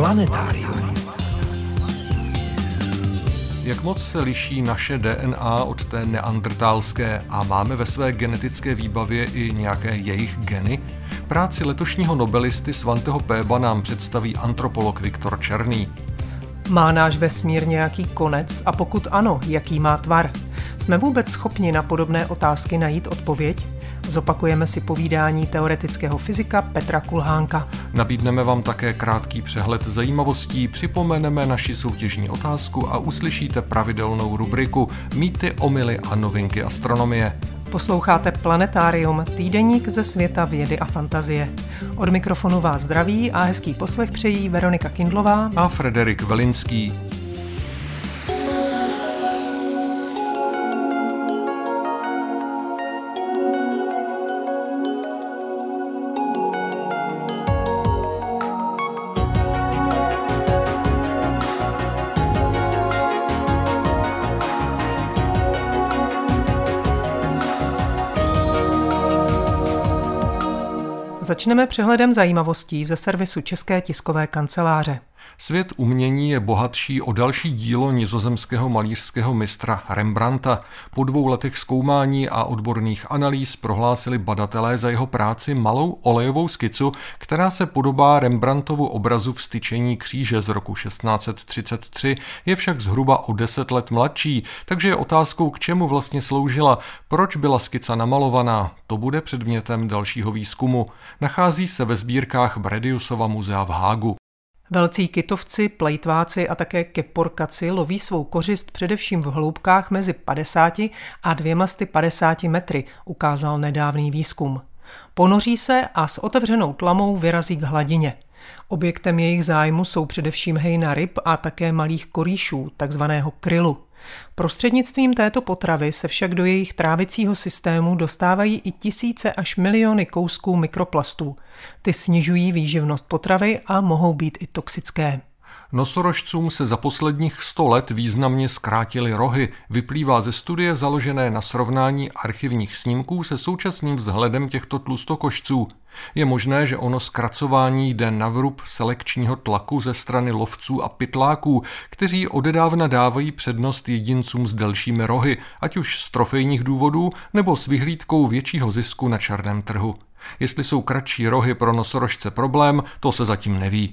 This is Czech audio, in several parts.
Planetárium. Jak moc se liší naše DNA od té neandrtálské a máme ve své genetické výbavě i nějaké jejich geny? Práci letošního nobelisty Svanteho Péba nám představí antropolog Viktor Černý. Má náš vesmír nějaký konec a pokud ano, jaký má tvar? Jsme vůbec schopni na podobné otázky najít odpověď? Zopakujeme si povídání teoretického fyzika Petra Kulhánka. Nabídneme vám také krátký přehled zajímavostí, připomeneme naši soutěžní otázku a uslyšíte pravidelnou rubriku Mýty, omyly a novinky astronomie. Posloucháte Planetárium, týdeník ze světa vědy a fantazie. Od mikrofonu vás zdraví a hezký poslech přejí Veronika Kindlová a Frederik Velinský. Začneme přehledem zajímavostí ze servisu České tiskové kanceláře. Svět umění je bohatší o další dílo nizozemského malířského mistra Rembrandta. Po 2 letech zkoumání a odborných analýz prohlásili badatelé za jeho práci malou olejovou skicu, která se podobá Rembrandtovu obrazu Vztyčení kříže z roku 1633, je však zhruba o 10 let mladší, takže je otázkou, k čemu vlastně sloužila, proč byla skica namalovaná. To bude předmětem dalšího výzkumu. Nachází se ve sbírkách Brediusova muzea v Hágu. Velcí kytovci, plejtváci a také keporkaci loví svou kořist především v hloubkách mezi 50 a 250 metry, ukázal nedávný výzkum. Ponoří se a s otevřenou tlamou vyrazí k hladině. Objektem jejich zájmu jsou především hejna ryb a také malých korýšů, takzvaného krylu. Prostřednictvím této potravy se však do jejich trávicího systému dostávají i tisíce až miliony kousků mikroplastů. Ty snižují výživnost potravy a mohou být i toxické. Nosorožcům se za posledních 100 let významně zkrátily rohy. Vyplývá ze studie založené na srovnání archivních snímků se současným vzhledem těchto tlustokošců. Je možné, že ono zkracování jde na vrub selekčního tlaku ze strany lovců a pytláků, kteří odedávna dávají přednost jedincům s delšími rohy, ať už z trofejních důvodů nebo s vyhlídkou většího zisku na černém trhu. Jestli jsou kratší rohy pro nosorožce problém, to se zatím neví.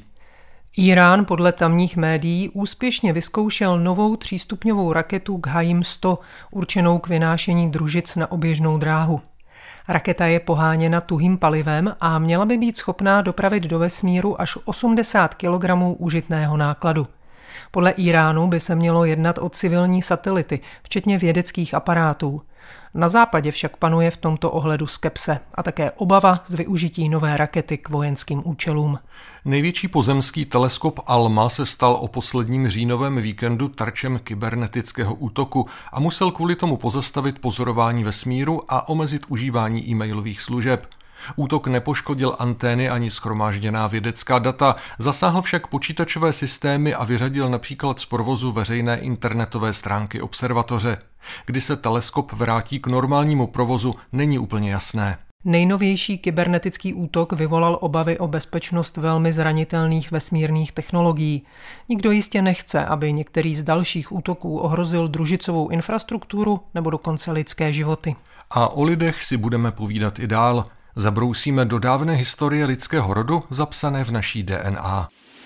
Írán podle tamních médií úspěšně vyzkoušel novou 3stupňovou raketu Ghaim-100, určenou k vynášení družic na oběžnou dráhu. Raketa je poháněna tuhým palivem a měla by být schopná dopravit do vesmíru až 80 kg užitného nákladu. Podle Íránu by se mělo jednat o civilní satelity, včetně vědeckých aparátů. Na západě však panuje v tomto ohledu skepse a také obava z využití nové rakety k vojenským účelům. Největší pozemský teleskop ALMA se stal o posledním říjnovém víkendu terčem kybernetického útoku a musel kvůli tomu pozastavit pozorování vesmíru a omezit užívání e-mailových služeb. Útok nepoškodil antény ani shromážděná vědecká data, zasáhl však počítačové systémy a vyřadil například z provozu veřejné internetové stránky observatoře. Kdy se teleskop vrátí k normálnímu provozu, není úplně jasné. Nejnovější kybernetický útok vyvolal obavy o bezpečnost velmi zranitelných vesmírných technologií. Nikdo jistě nechce, aby některý z dalších útoků ohrozil družicovou infrastrukturu nebo dokonce lidské životy. A o lidech si budeme povídat i dál. Zabrousíme do dávné historie lidského rodu, zapsané v naší DNA.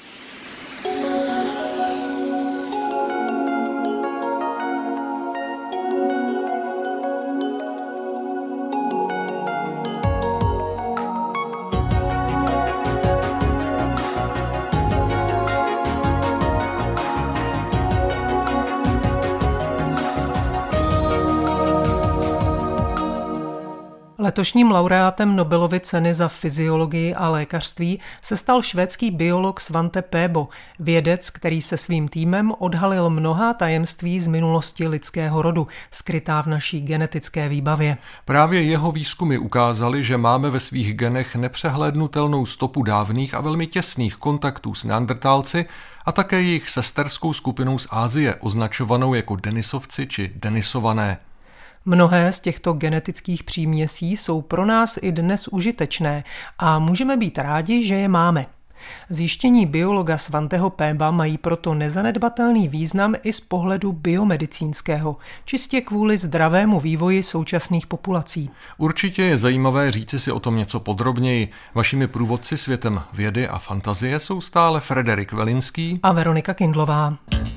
Letošním laureátem Nobelovy ceny za fyziologii a lékařství se stal švédský biolog Svante Pääbo, vědec, který se svým týmem odhalil mnohá tajemství z minulosti lidského rodu, skrytá v naší genetické výbavě. Právě jeho výzkumy ukázaly, že máme ve svých genech nepřehlédnutelnou stopu dávných a velmi těsných kontaktů s neandrtálci a také jejich sesterskou skupinou z Asie, označovanou jako Denisovci či Denisované. Mnohé z těchto genetických příměsí jsou pro nás i dnes užitečné a můžeme být rádi, že je máme. Zjištění biologa Svanteho Péba mají proto nezanedbatelný význam i z pohledu biomedicínského, čistě kvůli zdravému vývoji současných populací. Určitě je zajímavé říci si o tom něco podrobněji. Vašimi průvodci světem vědy a fantazie jsou stále Frederik Velinský a Veronika Kindlová.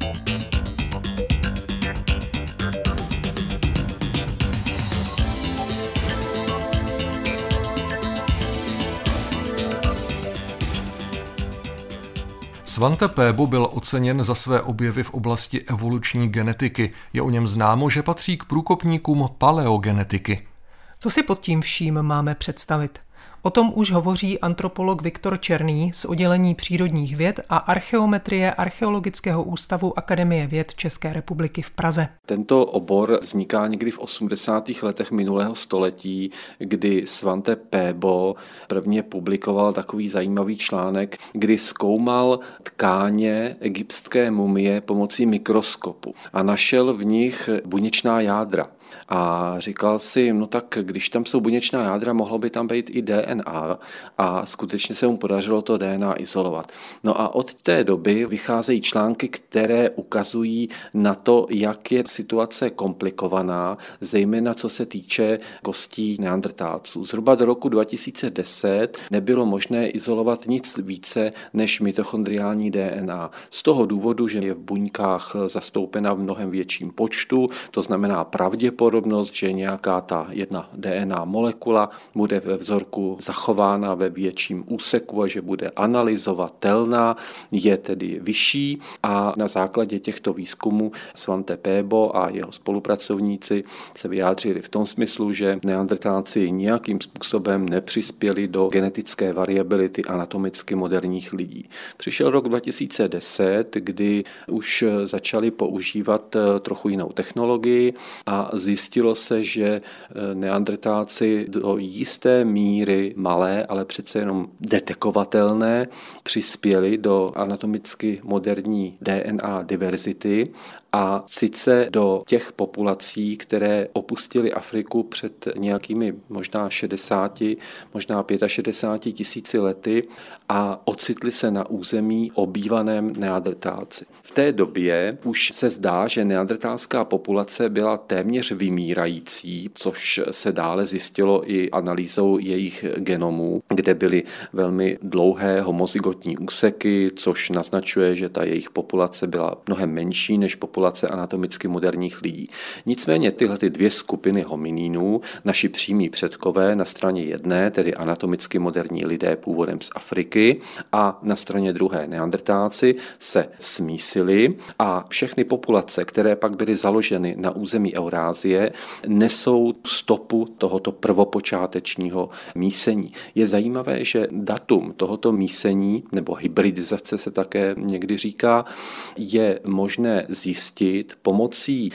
Svante Pébo byl oceněn za své objevy v oblasti evoluční genetiky. Je o něm známo, že patří k průkopníkům paleogenetiky. Co si pod tím vším máme představit? O tom už hovoří antropolog Viktor Černý z oddělení přírodních věd a archeometrie Archeologického ústavu Akademie věd České republiky v Praze. Tento obor vzniká někdy v 80. letech minulého století, kdy Svante Pébo prvně publikoval takový zajímavý článek, kdy zkoumal tkáně egyptské mumie pomocí mikroskopu a našel v nich buněčná jádra. A říkal si, no tak když tam jsou buněčná jádra, mohlo by tam být i DNA a skutečně se mu podařilo to DNA izolovat. No a od té doby vycházejí články, které ukazují na to, jak je situace komplikovaná, zejména co se týče kostí neandrtálců. Zhruba do roku 2010 nebylo možné izolovat nic více než mitochondriální DNA. Z toho důvodu, že je v buňkách zastoupena v mnohem větším počtu, to znamená pravděpodobnost, že nějaká ta jedna DNA molekula bude ve vzorku zachována ve větším úseku a že bude analyzovatelná, je tedy vyšší a na základě těchto výzkumů Svante Pébo a jeho spolupracovníci se vyjádřili v tom smyslu, že neandrtálci nějakým způsobem nepřispěli do genetické variability anatomicky moderních lidí. Přišel rok 2010, kdy už začali používat trochu jinou technologii a zjistilo se, že neandrtálci do jisté míry malé, ale přece jenom detekovatelné, přispěli do anatomicky moderní DNA diverzity a sice do těch populací, které opustily Afriku před nějakými možná 60, možná 65 tisíci lety a ocitli se na území obývaném neandrtálci. V té době už se zdá, že neandrtálská populace byla téměř vymírající, což se dále zjistilo i analýzou jejich genomů, kde byly velmi dlouhé homozygotní úseky, což naznačuje, že ta jejich populace byla mnohem menší než populace anatomicky moderních lidí. Nicméně tyhle dvě skupiny hominínů, naši přímí předkové na straně jedné, tedy anatomicky moderní lidé původem z Afriky, a na straně druhé neandrtálci, se smísili a všechny populace, které pak byly založeny na území Eurázie, nesou stopu tohoto prvopočátečního mísení. Je zajímavé, že datum tohoto mísení, nebo hybridizace se také někdy říká, je možné zjistit pomocí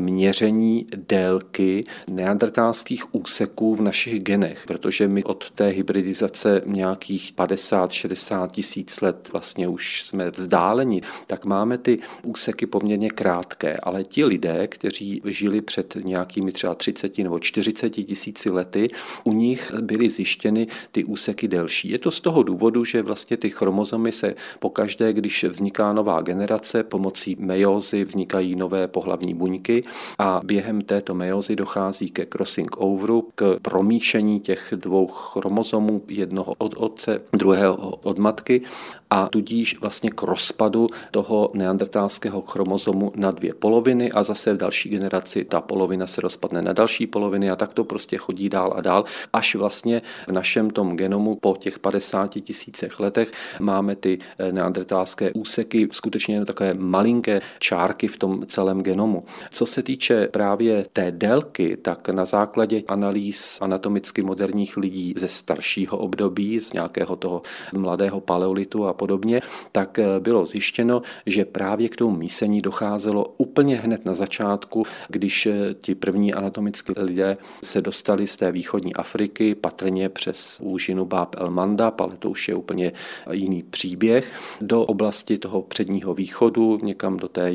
měření délky neandrtálských úseků v našich genech, protože my od té hybridizace nějakých 50-60 tisíc let vlastně už jsme vzdáleni, tak máme ty úseky poměrně krátké, ale ti lidé, kteří žili před nějakými třeba 30 nebo 40 tisíci lety, u nich byly zjištěny ty úseky delší. Je to z toho důvodu, že vlastně ty chromozomy se pokaždé, když vzniká nová generace, pomocí meiózy vznikají nové pohlavní buňky a během této meiózy dochází ke crossing overu, k promíšení těch dvou chromozomů, jednoho od otce, druhého od matky a tudíž vlastně k rozpadu toho neandrtálského chromozomu na dvě poloviny a zase v další generaci ta polovina se rozpadne na další poloviny a tak to prostě chodí dál a dál, až vlastně v našem tom genomu po těch 50 tisících letech máme ty neandrtálské úseky, skutečně jen takové malinké čárky v tom celém genomu. Co se týče právě té délky, tak na základě analýz anatomicky moderních lidí ze staršího období, z nějakého toho mladého paleolitu a podobně, tak bylo zjištěno, že právě k tomu mísení docházelo úplně hned na začátku, když ti první anatomicky lidé se dostali z té východní Afriky, patrně přes úžinu Báb el Mandab, ale to už je úplně jiný příběh, do oblasti toho předního východu, někam do té jihozápadní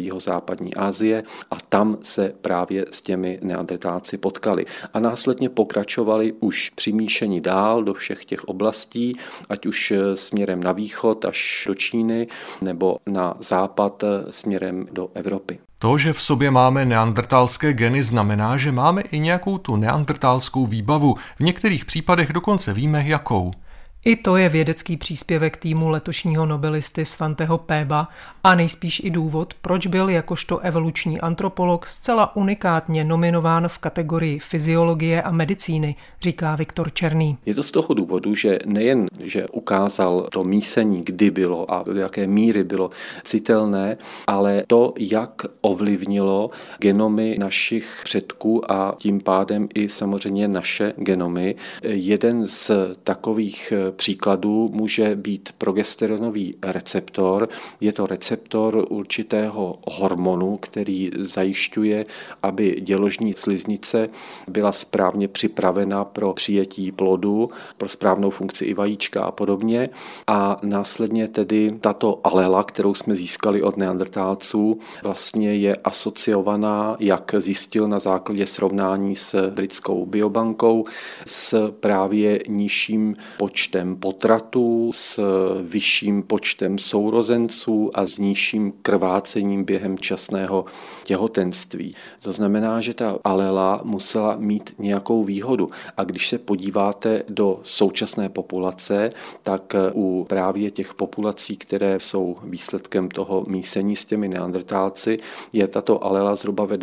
západní Asie a tam se právě s těmi neandertálci potkali. A následně pokračovali už přimíšení dál do všech těch oblastí, ať už směrem na východ až do Číny nebo na západ směrem do Evropy. To, že v sobě máme neandertalské geny, znamená, že máme i nějakou tu neandertalskou výbavu. V některých případech dokonce víme, jakou. I to je vědecký příspěvek týmu letošního nobelisty Svanteho Péba a nejspíš i důvod, proč byl jakožto evoluční antropolog zcela unikátně nominován v kategorii fyziologie a medicíny, říká Viktor Černý. Je to z toho důvodu, že nejen, že ukázal to mísení, kdy bylo a do jaké míry bylo citelné, ale to, jak ovlivnilo genomy našich předků a tím pádem i samozřejmě naše genomy. Jeden z takových příkladů může být progesteronový receptor. Je to receptor určitého hormonu, který zajišťuje, aby děložní sliznice byla správně připravena pro přijetí plodu, pro správnou funkci i vajíčka a podobně. A následně tedy tato alela, kterou jsme získali od neandertálců, vlastně je asociovaná, jak zjistil na základě srovnání s britskou biobankou, s právě nižším počtem potratů, s vyšším počtem sourozenců a s nižším krvácením během časného těhotenství. To znamená, že ta alela musela mít nějakou výhodu. A když se podíváte do současné populace, tak u právě těch populací, které jsou výsledkem toho mísení s těmi neandertálci, je tato alela zhruba ve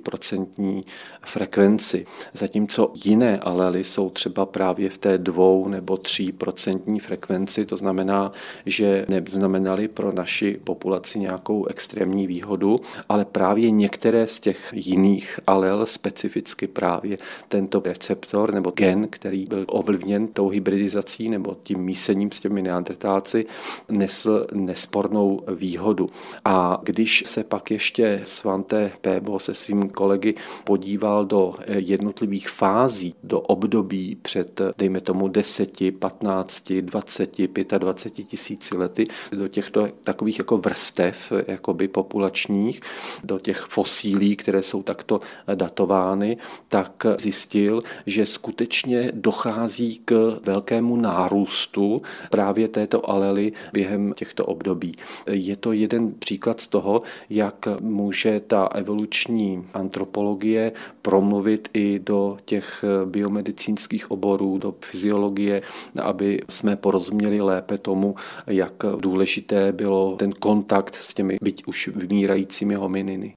20% frekvenci. Zatímco jiné alely jsou třeba právě v té 2 nebo 3% frekvenci, to znamená, že neznamenaly pro naši populaci nějakou extrémní výhodu, ale právě některé z těch jiných alel, specificky právě tento receptor nebo gen, který byl ovlivněn tou hybridizací nebo tím mísením s těmi neandertálci, nesl nespornou výhodu. A když se pak ještě Svante Pébo se svými kolegy podíval do jednotlivých fází, do období před, dejme tomu, 10, 15, 20, 25 tisíci lety, do těchto takových jako vrstev jakoby populačních, do těch fosílí, které jsou takto datovány, tak zjistil, že skutečně dochází k velkému nárůstu právě této alely během těchto období. Je to jeden příklad z toho, jak může ta evoluční antropologie promluvit i do těch biomedicínských oborů, do fyziologie, aby jsme porozuměli lépe tomu, jak důležité bylo ten kontakt s těmi byť už vymírajícími homininy.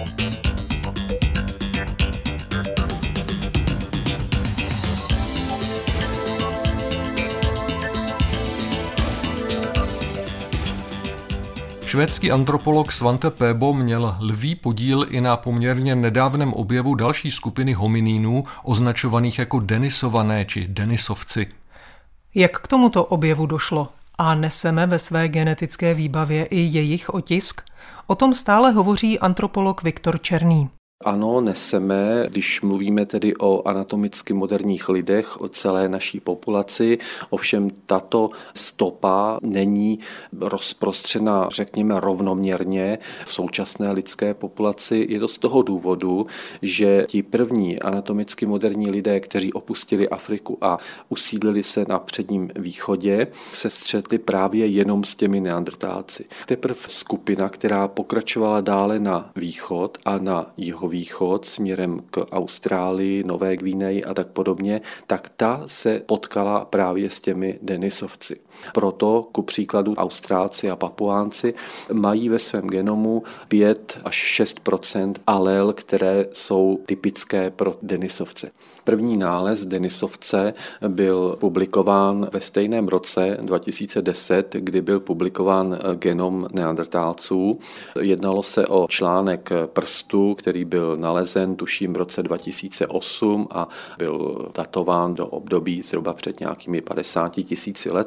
Švédský antropolog Svante Pébo měl lví podíl i na poměrně nedávném objevu další skupiny hominínů, označovaných jako denisované či denisovci. Jak k tomuto objevu došlo? A neseme ve své genetické výbavě i jejich otisk? O tom stále hovoří antropolog Viktor Černý. Ano, neseme, když mluvíme tedy o anatomicky moderních lidech, o celé naší populaci, ovšem tato stopa není rozprostřena, řekněme, rovnoměrně v současné lidské populaci. Je to z toho důvodu, že ti první anatomicky moderní lidé, kteří opustili Afriku a usídlili se na Předním východě, se střetli právě jenom s těmi neandertálci. Teprve skupina, která pokračovala dále na východ a na jihovýchod směrem k Austrálii, Nové Guineji a tak podobně, tak ta se potkala právě s těmi denisovci. Proto, ku příkladu, Austrálci a Papuánci mají ve svém genomu 5 až 6% alel, které jsou typické pro denisovce. První nález denisovce byl publikován ve stejném roce 2010, kdy byl publikován genom neandertálců. Jednalo se o článek prstu, který byl nalezen tuším v roce 2008 a byl datován do období zhruba před nějakými 50 tisíci lety. Já myslím,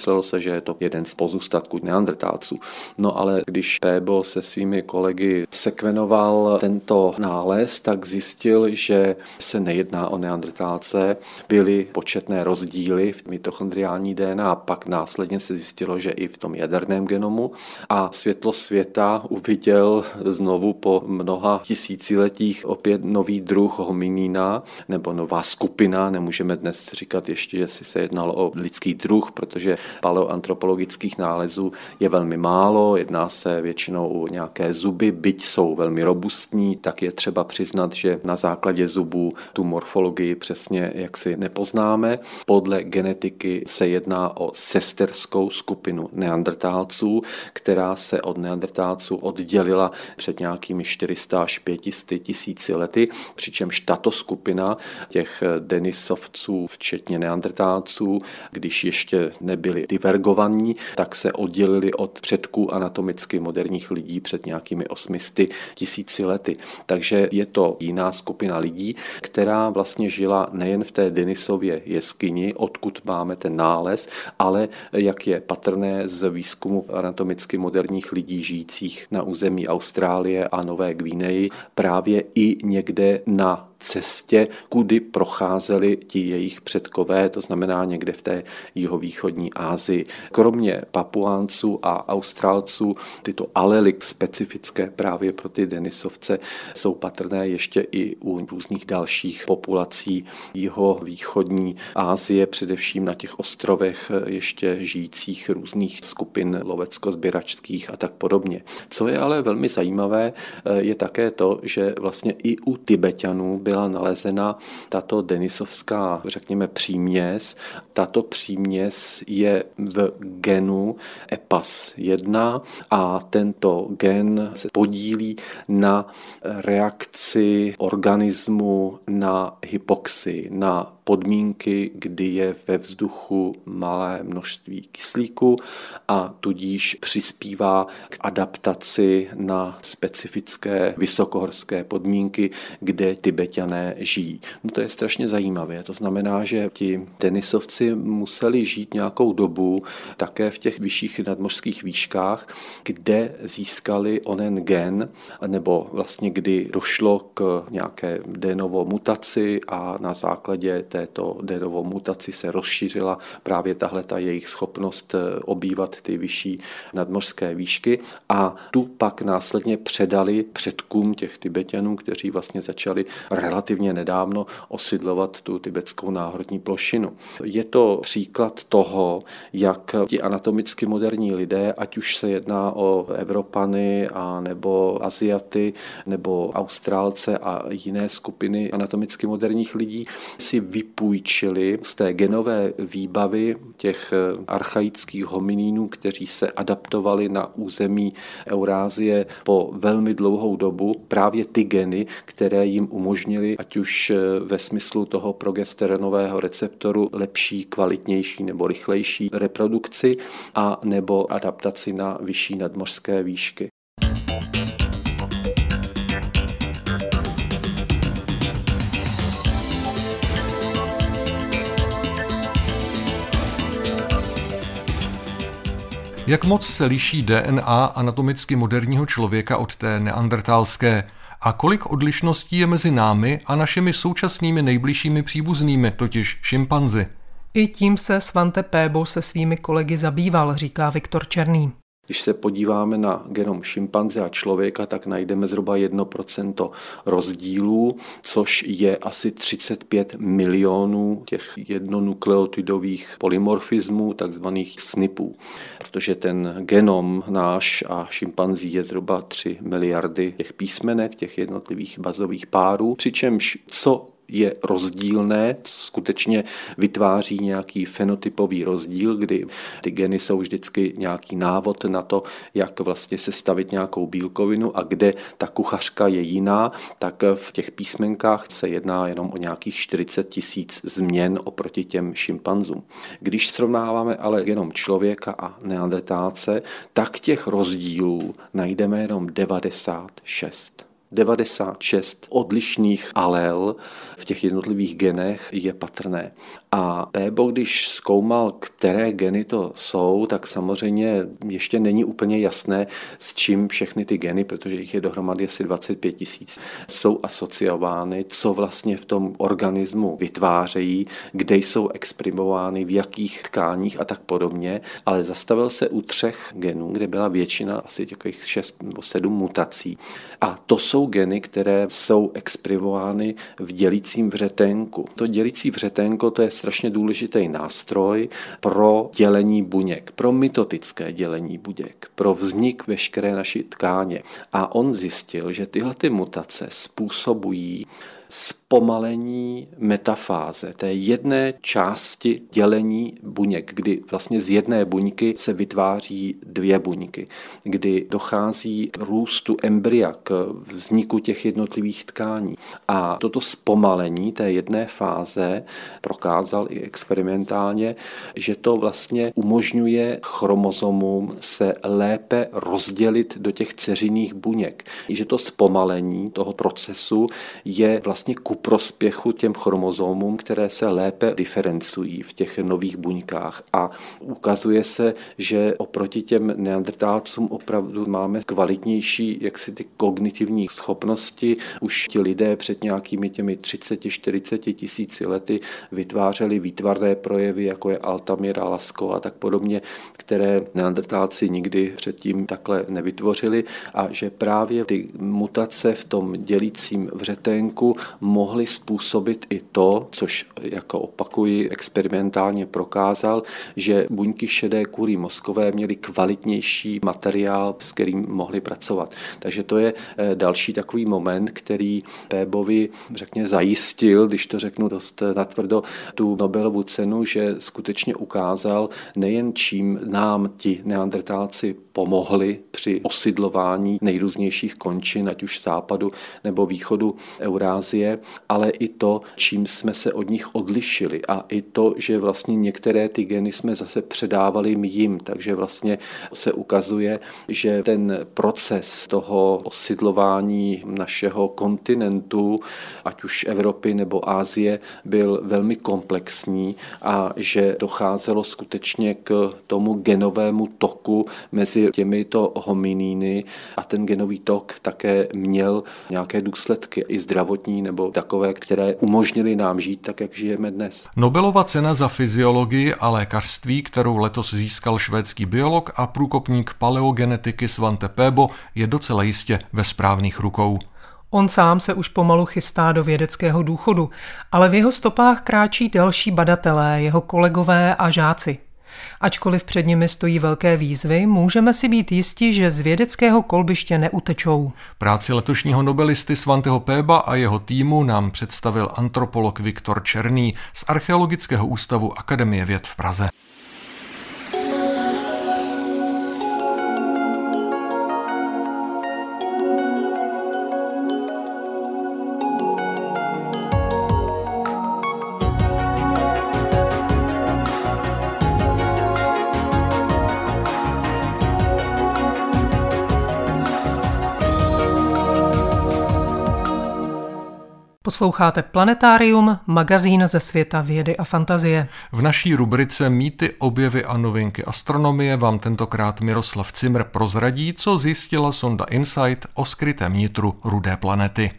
Myslelo se, že je to jeden z pozůstatků neandrtálců. No ale když Peebo se svými kolegy sekvenoval tento nález, tak zjistil, že se nejedná o neandrtálce. Byly početné rozdíly v mitochondriální DNA a pak následně se zjistilo, že i v tom jaderném genomu. A světlo světa uviděl znovu po mnoha tisíciletích opět nový druh hominína, nebo nová skupina. Nemůžeme dnes říkat ještě, že se jednalo o lidský druh, protože paleoantropologických nálezů je velmi málo. Jedná se většinou o nějaké zuby, byť jsou velmi robustní, tak je třeba přiznat, že na základě zubů tu morfologii přesně jaksi nepoznáme. Podle genetiky se jedná o sesterskou skupinu neandrtálců, která se od neandrtálců oddělila před nějakými 400 až 500 tisíci lety, přičemž tato skupina těch denisovců, včetně neandrtálců, když ještě nebyli divergovaní, tak se oddělili od předků anatomicky moderních lidí před nějakými 800 tisíci lety. Takže je to jiná skupina lidí, která vlastně žila nejen v té Denisově jeskyni, odkud máme ten nález, ale jak je patrné z výzkumu anatomicky moderních lidí žijících na území Austrálie a Nové Guineji, právě i někde na cestě, kudy procházeli ti jejich předkové, to znamená někde v té jihovýchodní Asii. Kromě Papuánců a Austrálců tyto alely specifické právě pro ty denisovce jsou patrné ještě i u různých dalších populací jihovýchodní Asie, především na těch ostrovech ještě žijících různých skupin lovecko-sběračských a tak podobně. Co je ale velmi zajímavé, je také to, že vlastně i u Tibeťanů byla nalezena tato denisovská, řekněme, příměs. Tato příměs je v genu EPAS1 a tento gen se podílí na reakci organismu na hypoxii, na podmínky, kdy je ve vzduchu malé množství kyslíku a tudíž přispívá k adaptaci na specifické vysokohorské podmínky, kde Tibeťané žijí. No to je strašně zajímavé. To znamená, že ti denisovci museli žít nějakou dobu také v těch vyšších nadmořských výškách, kde získali onen gen, nebo vlastně kdy došlo k nějaké DNOvo mutaci a na základě této DNOvo mutaci se rozšířila právě tahleta jejich schopnost obývat ty vyšší nadmořské výšky a tu pak následně předali předkům těch Tibeťanů, kteří vlastně začali relativně nedávno osidlovat tu tibetskou náhorní plošinu. Je to příklad toho, jak ti anatomicky moderní lidé, ať už se jedná o Evropany a nebo Aziaty nebo Austrálce a jiné skupiny anatomicky moderních lidí, si vypůjčili z té genové výbavy těch archaických hominínů, kteří se adaptovali na území Eurázie po velmi dlouhou dobu, právě ty geny, které jim umožnily, ať už ve smyslu toho progesteronového receptoru, lepší, kvalitnější nebo rychlejší reprodukci a nebo adaptaci na vyšší nadmořské výšky. Jak moc se liší DNA anatomicky moderního člověka od té neandrtálské? A kolik odlišností je mezi námi a našimi současnými nejbližšími příbuznými, totiž šimpanzi? I tím se Svante Peebo se svými kolegy zabýval, říká Viktor Černý. Když se podíváme na genom šimpanze a člověka, tak najdeme zhruba 1% rozdílů, což je asi 35 milionů těch jednonukleotidových polymorfismů, takzvaných SNPů. Protože ten genom náš a šimpanzí je zhruba 3 miliardy těch písmenek, těch jednotlivých bazových párů, přičemž co je rozdílné, skutečně vytváří nějaký fenotypový rozdíl, kdy ty geny jsou vždycky nějaký návod na to, jak vlastně sestavit nějakou bílkovinu a kde ta kuchařka je jiná, tak v těch písmenkách se jedná jenom o nějakých 40 000 změn oproti těm šimpanzům. Když srovnáváme ale genom člověka a neandrtálce, tak těch rozdílů najdeme jenom 96. 96 odlišných alel v těch jednotlivých genech je patrné. A Peebo, když zkoumal, které geny to jsou, tak samozřejmě ještě není úplně jasné, s čím všechny ty geny, protože jich je dohromady asi 25 000, jsou asociovány, co vlastně v tom organismu vytvářejí, kde jsou exprimovány, v jakých tkáních a tak podobně, ale zastavil se u 3 genů, kde byla většina, asi takových 6 nebo 7 mutací. A to jsou geny, které jsou exprimovány v dělícím vřetenku. To dělící vřetenko, to je strašně důležitý nástroj pro dělení buněk, pro mitotické dělení buněk, pro vznik veškeré naší tkáně. A on zjistil, že tyhle ty mutace způsobují zpomalení metafáze, té jedné části dělení buněk, kdy vlastně z jedné buňky se vytváří 2 buňky, kdy dochází k růstu embrya, k vzniku těch jednotlivých tkání. A toto zpomalení té jedné fáze prokázal i experimentálně, že to vlastně umožňuje chromozomům se lépe rozdělit do těch dceřinných buněk. Že to zpomalení toho procesu je vlastně ku prospěchu těm chromozomům, které se lépe diferencují v těch nových buňkách. A ukazuje se, že oproti těm neandertálcům opravdu máme kvalitnější ty kognitivní schopnosti. Už ti lidé před nějakými těmi 30-40 tisíci lety vytvářeli výtvarné projevy, jako je Altamira, Lascaux a tak podobně, které neandertálci nikdy předtím takhle nevytvořili, a že právě ty mutace v tom dělícím vřetenku mohly způsobit i to, což jako opakuji experimentálně prokázal, že buňky šedé kůry mozkové měly kvalitnější materiál, s kterým mohly pracovat. Takže to je další takový moment, který Peebovi, zajistil, když to řeknu dost natvrdo, tu Nobelovu cenu, že skutečně ukázal nejen čím nám ti neandertálci pomohli při osidlování nejrůznějších končin, ať už západu nebo východu Eurázie, ale i to, čím jsme se od nich odlišili, a i to, že vlastně některé ty geny jsme zase předávali jim, takže vlastně se ukazuje, že ten proces toho osidlování našeho kontinentu, ať už Evropy nebo Asie, byl velmi komplexní a že docházelo skutečně k tomu genovému toku mezi těmito hominíny, a ten genový tok také měl nějaké důsledky i zdravotní nebo takové, které umožnily nám žít tak, jak žijeme dnes. Nobelova cena za fyziologii a lékařství, kterou letos získal švédský biolog a průkopník paleogenetiky Svante Pääbo, je docela jistě ve správných rukou. On sám se už pomalu chystá do vědeckého důchodu, ale v jeho stopách kráčí další badatelé, jeho kolegové a žáci. Ačkoliv před nimi stojí velké výzvy, můžeme si být jisti, že z vědeckého kolbiště neutečou. Práci letošního nobelisty Svanteho Pääba a jeho týmu nám představil antropolog Viktor Černý z Archeologického ústavu Akademie věd v Praze. Posloucháte Planetárium, magazín ze světa vědy a fantazie. V naší rubrice Mýty, objevy a novinky astronomie vám tentokrát Miroslav Cimr prozradí, co zjistila sonda InSight o skrytém nitru rudé planety.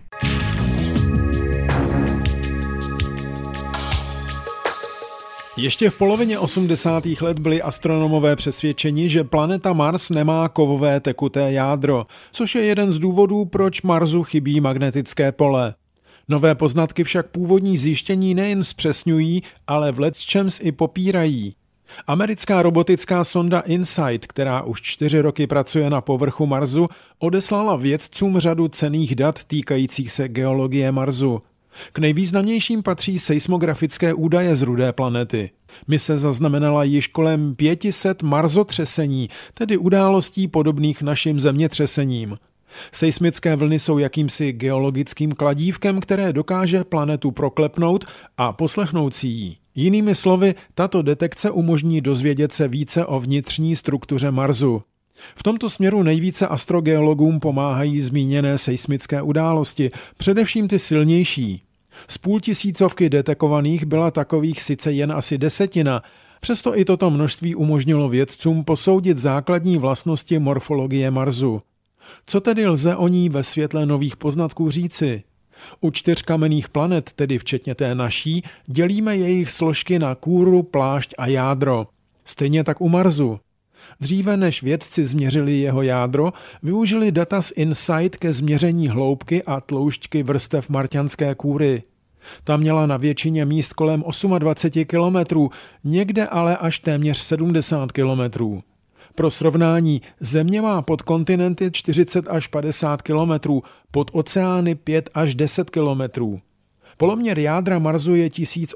Ještě v polovině 80. let byli astronomové přesvědčeni, že planeta Mars nemá kovové tekuté jádro, což je jeden z důvodů, proč Marsu chybí magnetické pole. Nové poznatky však původní zjištění nejen zpřesňují, ale v lecčems i popírají. Americká robotická sonda InSight, která už 4 roky pracuje na povrchu Marsu, odeslala vědcům řadu cenných dat týkajících se geologie Marsu. K nejvýznamnějším patří seismografické údaje z rudé planety. Mise zaznamenala již kolem 500 marsotřesení, tedy událostí podobných našim zemětřesením. Seismické vlny jsou jakýmsi geologickým kladívkem, které dokáže planetu proklepnout a poslechnout si ji. Jinými slovy, tato detekce umožní dozvědět se více o vnitřní struktuře Marsu. V tomto směru nejvíce astrogeologům pomáhají zmíněné seismické události, především ty silnější. Z 500 detekovaných byla takových sice jen asi 10, přesto i toto množství umožnilo vědcům posoudit základní vlastnosti morfologie Marsu. Co tedy lze o ní ve světle nových poznatků říci? U 4 kamenných planet, tedy včetně té naší, dělíme jejich složky na kůru, plášť a jádro. Stejně tak u Marsu. Dříve než vědci změřili jeho jádro, využili data z InSight ke změření hloubky a tloušťky vrstev marťanské kůry. Ta měla na většině míst kolem 28 kilometrů, někde ale až téměř 70 kilometrů. Pro srovnání, Země má pod kontinenty 40 až 50 kilometrů, pod oceány 5 až 10 kilometrů. Poloměr jádra Marsu je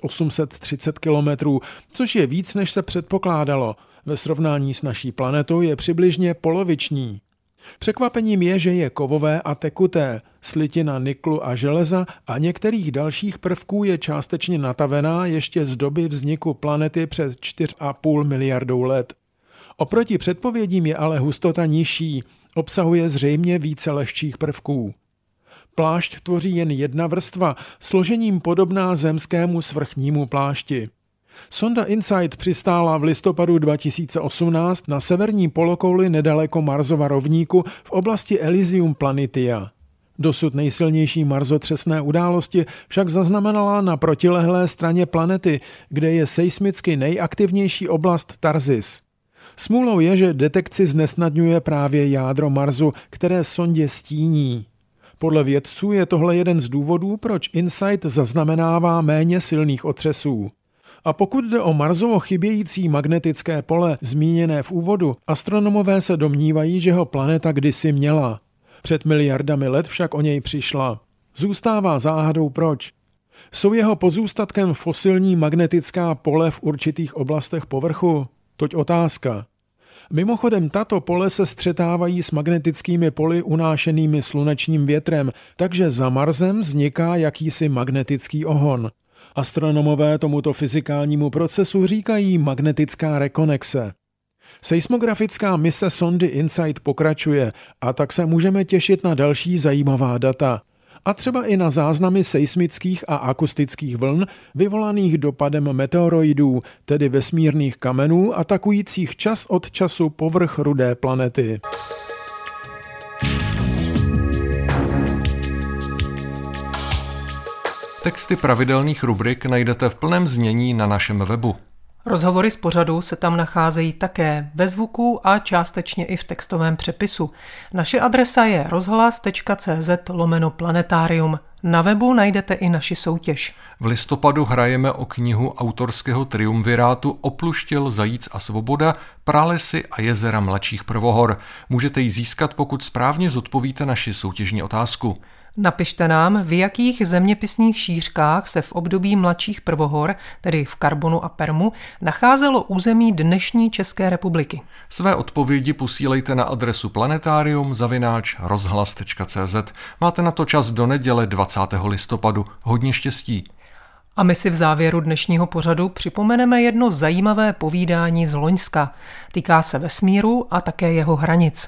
1830 kilometrů, což je víc, než se předpokládalo. Ve srovnání s naší planetou je přibližně poloviční. Překvapením je, že je kovové a tekuté. Slitina niklu a železa a některých dalších prvků je částečně natavená ještě z doby vzniku planety před 4,5 miliardou let. Oproti předpovědím je ale hustota nižší, obsahuje zřejmě více lehčích prvků. Plášť tvoří jen jedna vrstva, složením podobná zemskému svrchnímu plášti. Sonda InSight přistála v listopadu 2018 na severní polokouli nedaleko Marsova rovníku v oblasti Elysium Planitia. Dosud nejsilnější marsotřesné události však zaznamenala na protilehlé straně planety, kde je seismicky nejaktivnější oblast Tarzis. Smůlou je, že detekci znesnadňuje právě jádro Marsu, které sondě stíní. Podle vědců je tohle jeden z důvodů, proč InSight zaznamenává méně silných otřesů. A pokud jde o Marsovo chybějící magnetické pole zmíněné v úvodu, astronomové se domnívají, že ho planeta kdysi měla. Před miliardami let však o něj přišla. Zůstává záhadou proč. Jsou jeho pozůstatkem fosilní magnetická pole v určitých oblastech povrchu? Toť otázka. Mimochodem tato pole se střetávají s magnetickými poli unášenými slunečním větrem, takže za Marsem vzniká jakýsi magnetický ohon. Astronomové tomuto fyzikálnímu procesu říkají magnetická rekonexe. Seismografická mise sondy InSight pokračuje a tak se můžeme těšit na další zajímavá data. A třeba i na záznamy seismických a akustických vln vyvolaných dopadem meteoroidů, tedy vesmírných kamenů atakujících čas od času povrch rudé planety. Texty pravidelných rubrik najdete v plném znění na našem webu. Rozhovory z pořadu se tam nacházejí také ve zvuku a částečně i v textovém přepisu. Naše adresa je rozhlas.cz/planetarium. Na webu najdete i naši soutěž. V listopadu hrajeme o knihu autorského triumvirátu Opluštěl zajíc a svoboda, pralesy a jezera mladších prvohor. Můžete ji získat, pokud správně zodpovíte naši soutěžní otázku. Napište nám, v jakých zeměpisných šířkách se v období mladších prvohor, tedy v Karbonu a Permu, nacházelo území dnešní České republiky. Své odpovědi posílejte na adresu planetarium@rozhlas.cz. Máte na to čas do neděle 20. listopadu. Hodně štěstí. A my si v závěru dnešního pořadu připomeneme jedno zajímavé povídání z loňska. Týká se vesmíru a také jeho hranic.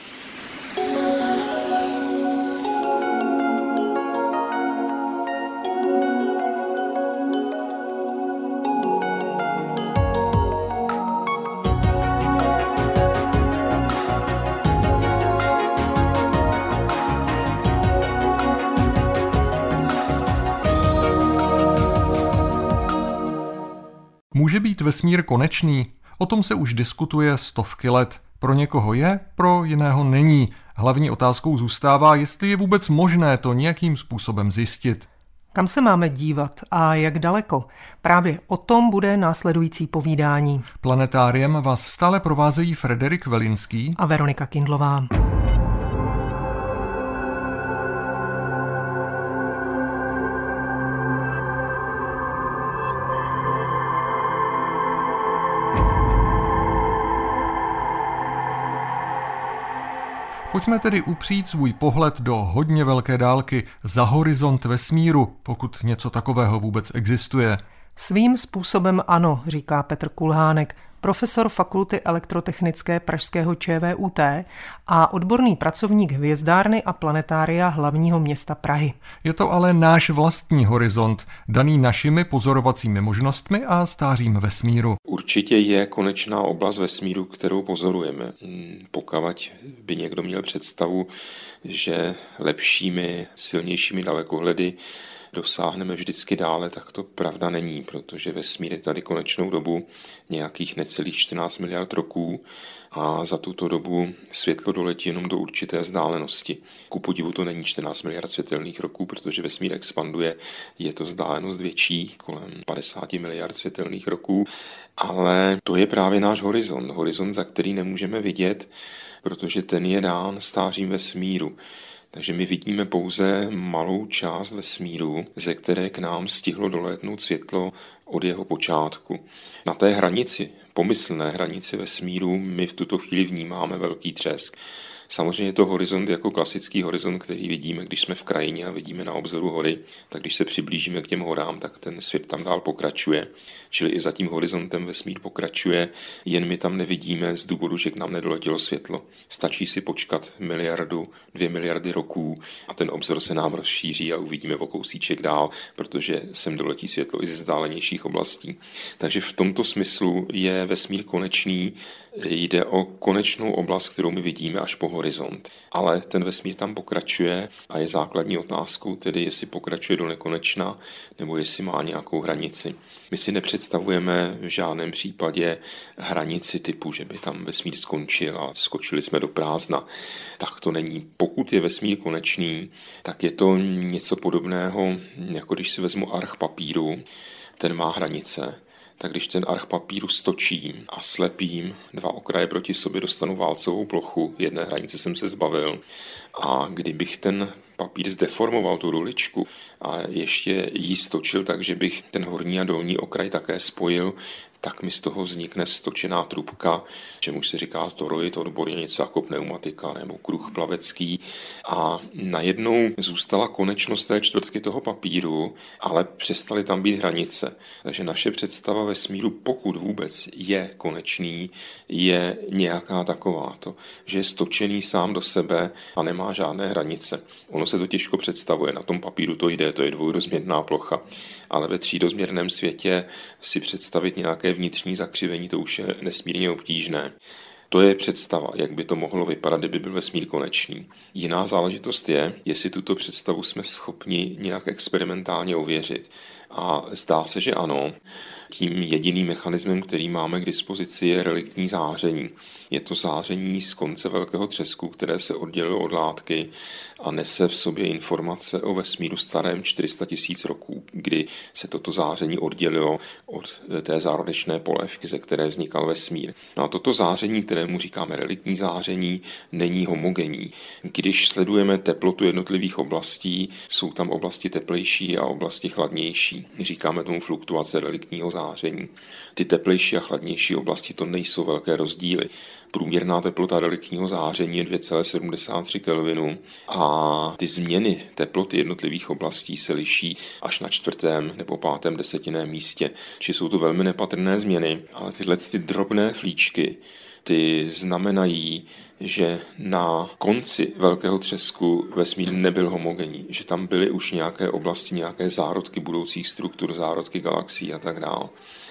Může být vesmír konečný? O tom se už diskutuje stovky let. Pro někoho je, pro jiného není. Hlavní otázkou zůstává, jestli je vůbec možné to nějakým způsobem zjistit. Kam se máme dívat a jak daleko? Právě o tom bude následující povídání. Planetáriem vás stále provázejí Frederik Velinský a Veronika Kindlová. Pojďme tedy upřít svůj pohled do hodně velké dálky, za horizont vesmíru, pokud něco takového vůbec existuje. Svým způsobem ano, říká Petr Kulhánek. profesor Fakulty elektrotechnické pražského ČVUT a odborný pracovník hvězdárny a planetária hlavního města Prahy. Je to ale náš vlastní horizont, daný našimi pozorovacími možnostmi a stářím vesmíru. Určitě je konečná oblast vesmíru, kterou pozorujeme. Pokud by někdo měl představu, že lepšími, silnějšími dalekohledy dosáhneme vždycky dále, tak to pravda není, protože vesmír je tady konečnou dobu nějakých necelých 14 miliard roků a za tuto dobu světlo doletí jenom do určité vzdálenosti. Ku podivu to není 14 miliard světelných roků, protože vesmír expanduje, je to vzdálenost větší, kolem 50 miliard světelných roků, ale to je právě náš horizont, za který nemůžeme vidět, protože ten je dán stářím vesmíru. Takže my vidíme pouze malou část vesmíru, ze které k nám stihlo dolétnout světlo od jeho počátku. Na té hranici, pomyslné hranici vesmíru, my v tuto chvíli vnímáme velký třesk. Samozřejmě je to horizont jako klasický horizont, který vidíme, když jsme v krajině a vidíme na obzoru hory, tak když se přiblížíme k těm horám, tak ten svět tam dál pokračuje. Čili i za tím horizontem vesmír pokračuje, jen my tam nevidíme z důvodu, že k nám nedoletělo světlo. Stačí si počkat 2 miliardy roků a ten obzor se nám rozšíří a uvidíme o kousíček dál, protože sem doletí světlo i ze vzdálenějších oblastí. Takže v tomto smyslu je vesmír konečný, jde o konečnou oblast, kterou my vidíme až po horizont. Ale ten vesmír tam pokračuje a je základní otázkou tedy, jestli pokračuje do nekonečna nebo jestli má nějakou hranici. My si nepředstavujeme v žádném případě hranici typu, že by tam vesmír skončil a skočili jsme do prázdna. Tak to není. Pokud je vesmír konečný, tak je to něco podobného, jako když si vezmu arch papíru, ten má hranice. Tak když ten arch papíru stočím a slepím, 2 okraje proti sobě, dostanu válcovou plochu, jedné hranice jsem se zbavil. A kdybych ten papír zdeformoval, tu ruličku, a ještě ji stočil tak, že bych ten horní a dolní okraj také spojil, tak mi z toho vznikne stočená trubka, čemu se říká toroid, odborně něco jako pneumatika nebo kruh plavecký. A najednou zůstala konečnost té čtvrtky toho papíru, ale přestaly tam být hranice. Takže naše představa vesmíru, pokud vůbec je konečný, je nějaká takováto, že je stočený sám do sebe a nemá žádné hranice. Ono se to těžko představuje, na tom papíru to jde, to je dvojrozměrná plocha, ale ve třírozměrném světě si představit nějaké vnitřní zakřivení, to už je nesmírně obtížné. To je představa, jak by to mohlo vypadat, kdyby byl vesmír konečný. Jiná záležitost je, jestli tuto představu jsme schopni nějak experimentálně ověřit. A zdá se, že ano. Tím jediným mechanismem, který máme k dispozici, je reliktní záření. Je to záření z konce velkého třesku, které se oddělilo od látky a nese v sobě informace o vesmíru starém 400 000 roků, kdy se toto záření oddělilo od té zárodečné polévky, ze které vznikal vesmír. No a toto záření, kterému říkáme reliktní záření, není homogenní. Když sledujeme teplotu jednotlivých oblastí, jsou tam oblasti teplejší a oblasti chladnější. Říkáme tomu fluktuace reliktního záření. Ty teplejší a chladnější oblasti, to nejsou velké rozdíly. Průměrná teplota reliktního záření je 2,73 Kelvinu a ty změny teploty jednotlivých oblastí se liší až na 4. nebo 5. desetiném místě. Či jsou to velmi nepatrné změny, ale tyhle drobné flíčky, ty znamenají, že na konci velkého třesku vesmír nebyl homogenní, že tam byly už nějaké oblasti, nějaké zárodky budoucích struktur, zárodky galaxií a tak dále.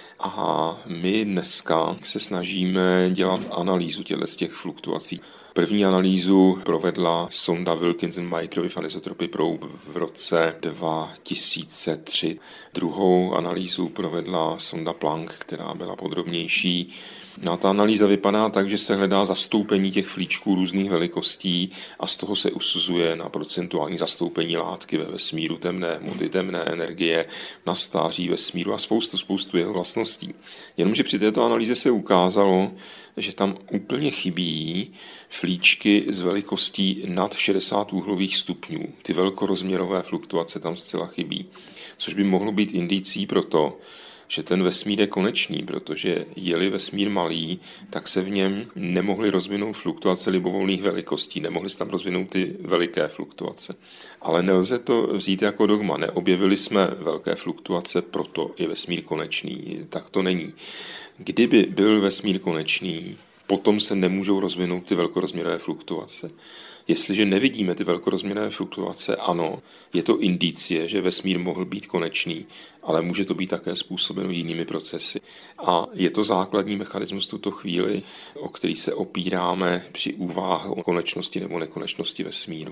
A my dneska se snažíme dělat analýzu těch fluktuací. První analýzu provedla sonda Wilkinson Microwave Anisotropy Probe v roce 2003. Druhou analýzu provedla sonda Planck, která byla podrobnější. No a ta analýza vypadá tak, že se hledá zastoupení těch flíčků různých velikostí a z toho se usuzuje na procentuální zastoupení látky ve vesmíru, temné hmoty, temné energie, na stáří vesmíru a spoustu jeho vlastností. Jenomže při této analýze se ukázalo, že tam úplně chybí flíčky z velikostí nad 60 úhlových stupňů. Ty velkorozměrové fluktuace tam zcela chybí, což by mohlo být indicí pro to, že ten vesmír je konečný, protože je-li vesmír malý, tak se v něm nemohly rozvinout fluktuace libovolných velikostí, nemohly se tam rozvinout ty veliké fluktuace. Ale nelze to vzít jako dogma. Neobjevili jsme velké fluktuace, proto je vesmír konečný. Tak to není. Kdyby byl vesmír konečný, potom se nemůžou rozvinout ty velkorozměrové fluktuace. Jestliže nevidíme ty velkorozměrové fluktuace, ano, je to indicie, že vesmír mohl být konečný, ale může to být také způsobeno jinými procesy. A je to základní mechanismus v tuto chvíli, o který se opíráme při úvahu o konečnosti nebo nekonečnosti vesmíru.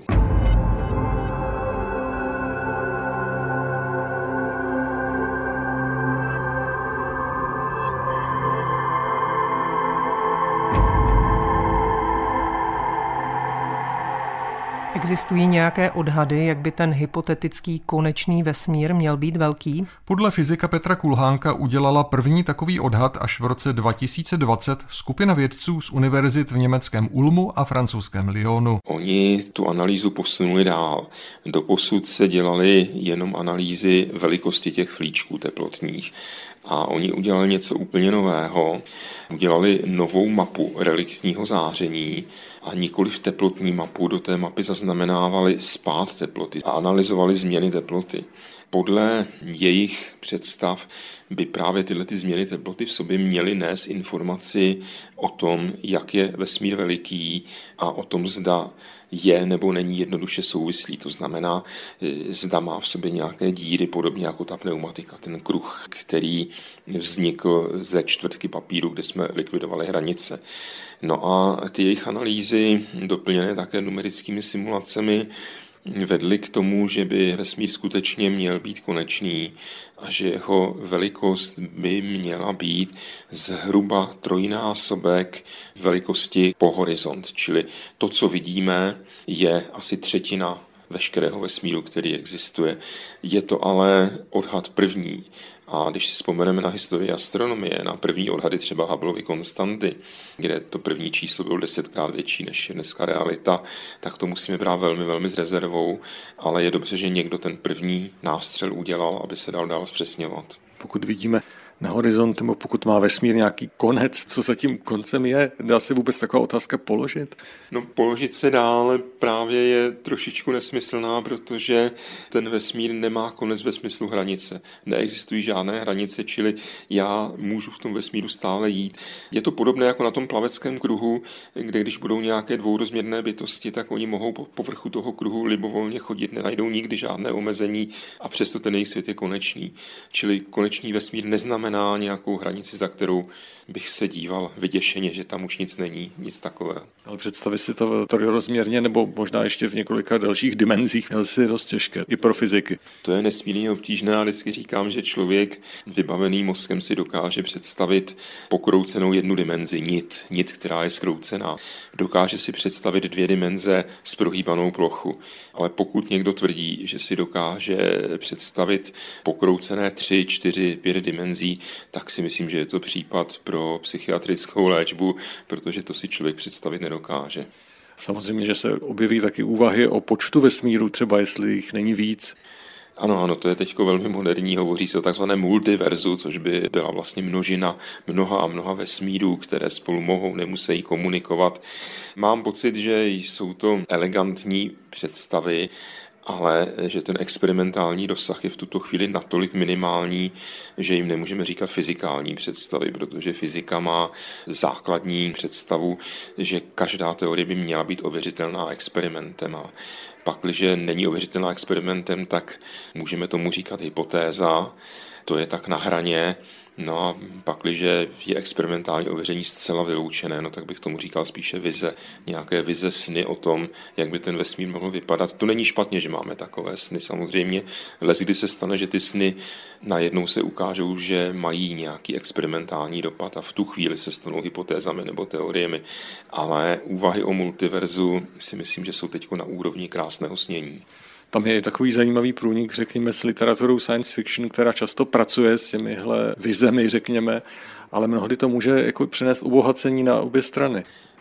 Existují nějaké odhady, jak by ten hypotetický konečný vesmír měl být velký? Podle fyzika Petra Kulhánka udělala první takový odhad až v roce 2020 skupina vědců z univerzit v německém Ulmu a francouzském Lyonu. Oni tu analýzu posunuli dál. Doposud se dělaly jenom analýzy velikosti těch flíčků teplotních. A oni udělali něco úplně nového. Udělali novou mapu reliktního záření a nikoliv teplotní mapu. Do té mapy zaznamenávali spád teploty a analyzovali změny teploty. Podle jejich představ by právě tyhle změny teploty v sobě měly nést informaci o tom, jak je vesmír veliký a o tom, zda je nebo není jednoduše souvislý. To znamená, zda má v sobě nějaké díry, podobně jako ta pneumatika, ten kruh, který vznikl ze čtvrtky papíru, kde jsme likvidovali hranice. No a ty jejich analýzy, doplněné také numerickými simulacemi, vedly k tomu, že by vesmír skutečně měl být konečný a že jeho velikost by měla být zhruba trojnásobek velikosti po horizont. Čili to, co vidíme, je asi třetina veškerého vesmíru, který existuje. Je to ale odhad první. A když si vzpomeneme na historii astronomie, na první odhady třeba Hubbleovy konstanty, kde to první číslo bylo 10krát větší než je dneska realita, tak to musíme brát velmi, velmi s rezervou, ale je dobře, že někdo ten první nástřel udělal, aby se dal dál zpřesňovat. Pokud vidíme na horizont, nebo pokud má vesmír nějaký konec, co za tím koncem je, dá se vůbec taková otázka položit? No, položit se dá, ale právě je trošičku nesmyslná, protože ten vesmír nemá konec ve smyslu hranice. Neexistují žádné hranice, čili já můžu v tom vesmíru stále jít. Je to podobné jako na tom plaveckém kruhu, kde když budou nějaké dvourozměrné bytosti, tak oni mohou po povrchu toho kruhu libovolně chodit, nenajdou nikdy žádné omezení a přesto ten jejich svět je konečný. Čili konečný vesmír neznamená nějakou hranici, za kterou bych se díval vyděšeně, že tam už nic není, nic takového. Ale představit si to trojrozměrně nebo možná ještě v několika dalších dimenzích je asi dost těžké, i pro fyziky. To je nesmírně obtížné a vždycky říkám, že člověk vybavený mozkem si dokáže představit pokroucenou jednu dimenzi, nit, která je zkroucená. Dokáže si představit 2 dimenze s prohýbanou plochu. Ale pokud někdo tvrdí, že si dokáže představit pokroucené 3, 4, 5 dimenzí, tak si myslím, že je to případ pro psychiatrickou léčbu, protože to si člověk představit nedokáže. Samozřejmě, že se objeví taky úvahy o počtu vesmíru, třeba jestli jich není víc. Ano, to je teď velmi moderní, hovoří se o takzvaném multiverzu, což by byla vlastně množina mnoha a mnoha vesmírů, které spolu mohou, nemusí komunikovat. Mám pocit, že jsou to elegantní představy, ale že ten experimentální dosah je v tuto chvíli natolik minimální, že jim nemůžeme říkat fyzikální představy, protože fyzika má základní představu, že každá teorie by měla být ověřitelná experimentem. A pakliže není ověřitelná experimentem, tak můžeme tomu říkat hypotéza, to je tak na hraně. No a pakliže je experimentální ověření zcela vyloučené, no tak bych tomu říkal spíše vize. Nějaké vize, sny o tom, jak by ten vesmír mohl vypadat. To není špatně, že máme takové sny samozřejmě. Leckdy se stane, že ty sny najednou se ukážou, že mají nějaký experimentální dopad a v tu chvíli se stanou hypotézami nebo teoriemi. Ale úvahy o multiverzu si myslím, že jsou teď na úrovni krásného snění. Tam je takový zajímavý průnik, řekněme, s literaturou science fiction, která často pracuje s těmihle vizemi, řekněme, ale mnohdy to může jako přinést obohacení na obě strany.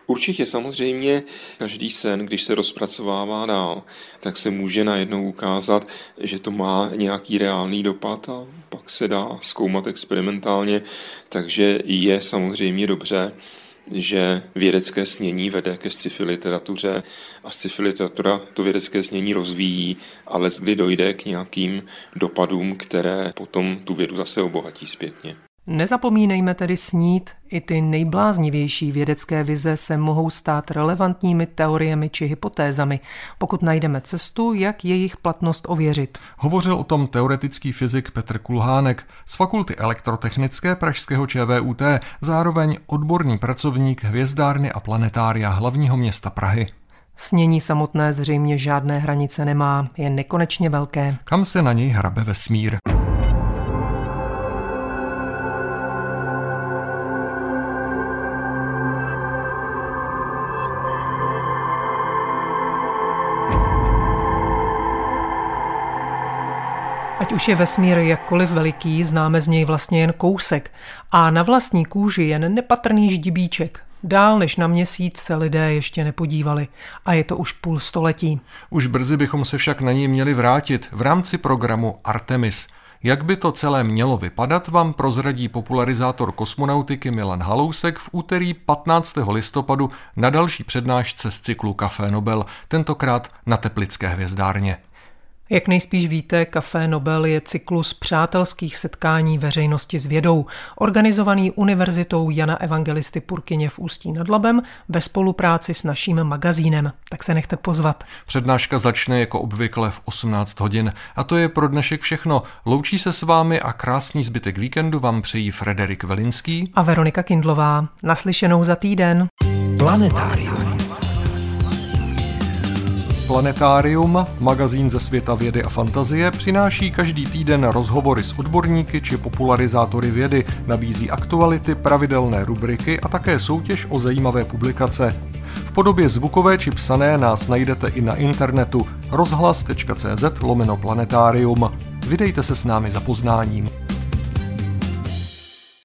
Určitě samozřejmě každý sen, když se rozpracovává dál, tak se může najednou ukázat, že to má nějaký reálný dopad a pak se dá zkoumat experimentálně, takže je samozřejmě dobře, že vědecké snění vede ke sci-fi literatuře a sci-fi literatura to vědecké snění rozvíjí, ale kdy dojde k nějakým dopadům, které potom tu vědu zase obohatí zpětně. Nezapomínejme tedy snít, i ty nejbláznivější vědecké vize se mohou stát relevantními teoriemi či hypotézami, pokud najdeme cestu, jak jejich platnost ověřit. Hovořil o tom teoretický fyzik Petr Kulhánek z Fakulty elektrotechnické pražského ČVUT, zároveň odborný pracovník Hvězdárny a planetária hlavního města Prahy. Snění samotné zřejmě žádné hranice nemá, je nekonečně velké. Kam se na něj hrabe vesmír? Ať už je vesmír jakkoliv veliký, známe z něj vlastně jen kousek a na vlastní kůži jen nepatrný ždibíček. Dál než na Měsíc se lidé ještě nepodívali a je to už půl století. Už brzy bychom se však na něj měli vrátit v rámci programu Artemis. Jak by to celé mělo vypadat, vám prozradí popularizátor kosmonautiky Milan Halousek v úterý 15. listopadu na další přednášce z cyklu Café Nobel, tentokrát na Teplické hvězdárně. Jak nejspíš víte, Café Nobel je cyklus přátelských setkání veřejnosti s vědou, organizovaný Univerzitou Jana Evangelisty Purkyně v Ústí nad Labem ve spolupráci s naším magazínem. Tak se nechte pozvat. Přednáška začne jako obvykle v 18 hodin. A to je pro dnešek všechno. Loučí se s vámi a krásný zbytek víkendu vám přejí Frederik Velinský a Veronika Kindlová. Naslyšenou za týden. Planetárium. Planetárium, magazín ze světa vědy a fantazie, přináší každý týden rozhovory s odborníky či popularizátory vědy, nabízí aktuality, pravidelné rubriky a také soutěž o zajímavé publikace. V podobě zvukové či psané nás najdete i na internetu rozhlas.cz/planetarium. Vydejte se s námi za poznáním.